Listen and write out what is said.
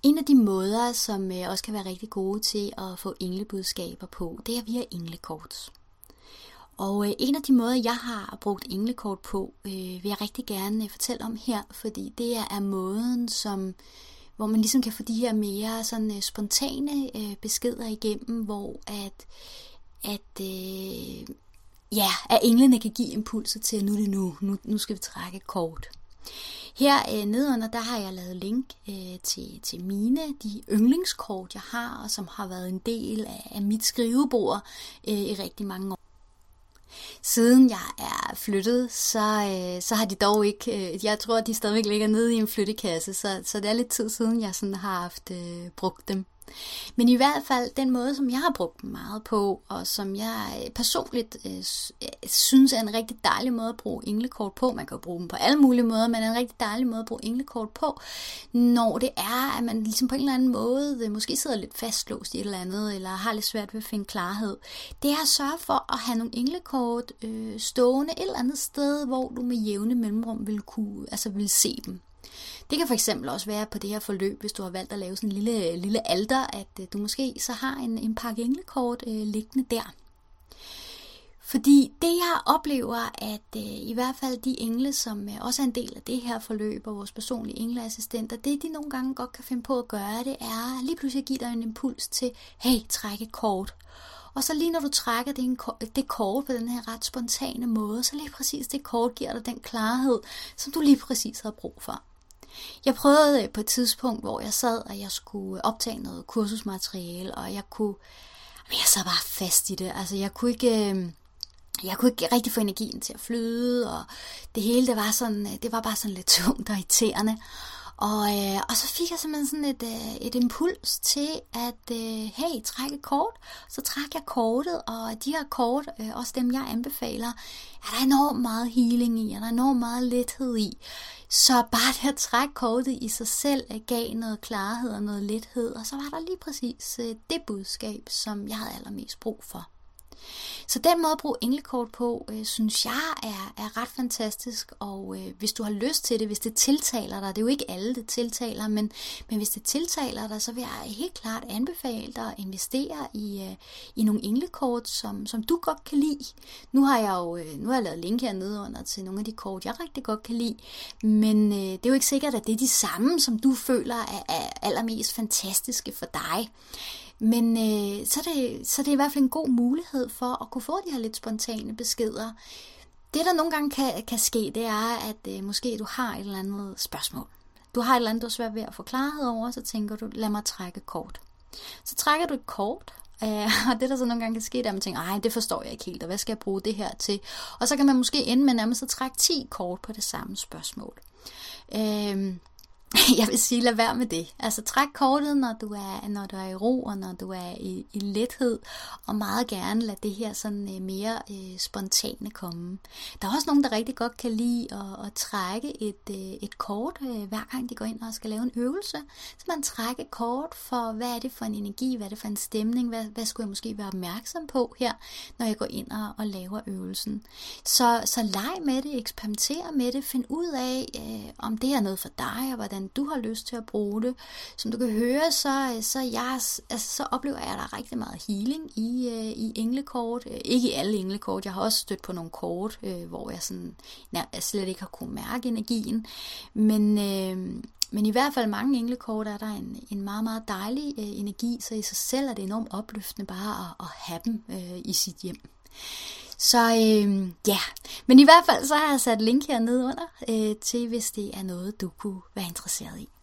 En af de måder, som også kan være rigtig gode til at få englebudskaber på, det er via englekort. Og en af de måder, jeg har brugt englekort på, vil jeg rigtig gerne fortælle om her, fordi det er måden, hvor man ligesom kan få de her mere sådan spontane beskeder igennem, hvor at englene kan give impulser til, at nu skal vi trække et kort. Her nedenunder, der har jeg lavet link til de yndlingskort, jeg har, og som har været en del af mit skrivebord i rigtig mange år. Siden jeg er flyttet, så har de dog ikke, jeg tror, de stadigvæk ligger nede i en flyttekasse, så det er lidt tid siden, jeg sådan har haft brugt dem. Men i hvert fald den måde, som jeg har brugt dem meget på, og som jeg personligt synes er en rigtig dejlig måde at bruge englekort på. Man kan jo bruge dem på alle mulige måder, men en rigtig dejlig måde at bruge englekort på, når det er, at man ligesom på en eller anden måde måske sidder lidt fastlåst i et eller andet, eller har lidt svært ved at finde klarhed. Det er at sørge for at have nogle englekort stående et eller andet sted, hvor du med jævne mellemrum vil se dem. Det kan for eksempel også være på det her forløb, hvis du har valgt at lave sådan en lille alter, at du måske så har en pakke englekort liggende der. Fordi det jeg oplever, at i hvert fald de engle, som også er en del af det her forløb, og vores personlige engleassistenter, det de nogle gange godt kan finde på at gøre, det er lige pludselig at give dig en impuls til, hey, træk et kort. Og så lige når du trækker det kort på den her ret spontane måde, så lige præcis det kort giver dig den klarhed, som du lige præcis havde brug for. Jeg prøvede på et tidspunkt, hvor jeg sad, og jeg skulle optage noget kursusmateriale, og jeg sad bare fast i det. Altså jeg kunne ikke rigtig få energien til at flyde, og det hele, det var bare sådan lidt tungt og irriterende. Og så fik jeg simpelthen sådan et impuls til at, hey, trække et kort. Så træk jeg kortet, og de her kort, også dem jeg anbefaler, er der enormt meget healing i, er der enormt meget lethed i. Så bare det at trække kortet i sig selv gav noget klarhed og noget lethed, og så var der lige præcis det budskab, som jeg havde allermest brug for. Så den måde at bruge englekort på, synes jeg er ret fantastisk, og hvis du har lyst til det, hvis det tiltaler dig, det er jo ikke alle, det tiltaler, men hvis det tiltaler dig, så vil jeg helt klart anbefale dig at investere i nogle englekort, som du godt kan lide. Nu har jeg lavet link hernede under til nogle af de kort, jeg rigtig godt kan lide, men det er jo ikke sikkert, at det er de samme, som du føler er allermest fantastiske for dig. Men så er det i hvert fald en god mulighed for at kunne få de her lidt spontane beskeder. Det der nogle gange kan ske, det er, at måske du har et eller andet spørgsmål. Du har et eller andet, du er svært ved at få klarhed over, så tænker du, lad mig trække et kort. Så trækker du et kort, og det der så nogle gange kan ske, det er, at man tænker, ej, det forstår jeg ikke helt, og hvad skal jeg bruge det her til? Og så kan man måske ende med nærmest at trække 10 kort på det samme spørgsmål. Jeg vil sige, lad være med det. Altså træk kortet, når du er i ro, og når du er i lethed, og meget gerne lad det her sådan mere spontane komme. Der er også nogen, der rigtig godt kan lide at trække et kort, hver gang de går ind og skal lave en øvelse. Så man trækker et kort for, hvad er det for en energi, hvad er det for en stemning, hvad skulle jeg måske være opmærksom på her, når jeg går ind og laver øvelsen. Så leg med det, eksperimenter med det, find ud af, om det er noget for dig, og hvordan du har lyst til at bruge det. Som du kan høre, så oplever jeg, at der er rigtig meget healing i englekort. Ikke i alle englekort. Jeg har også stødt på nogle kort, hvor jeg slet ikke har kunnet mærke energien. Men i hvert fald mange englekort er der en meget, meget dejlig energi, så i sig selv er det enormt opløftende bare at have dem i sit hjem. Så men i hvert fald så har jeg sat link hernede under til, hvis det er noget, du kunne være interesseret i.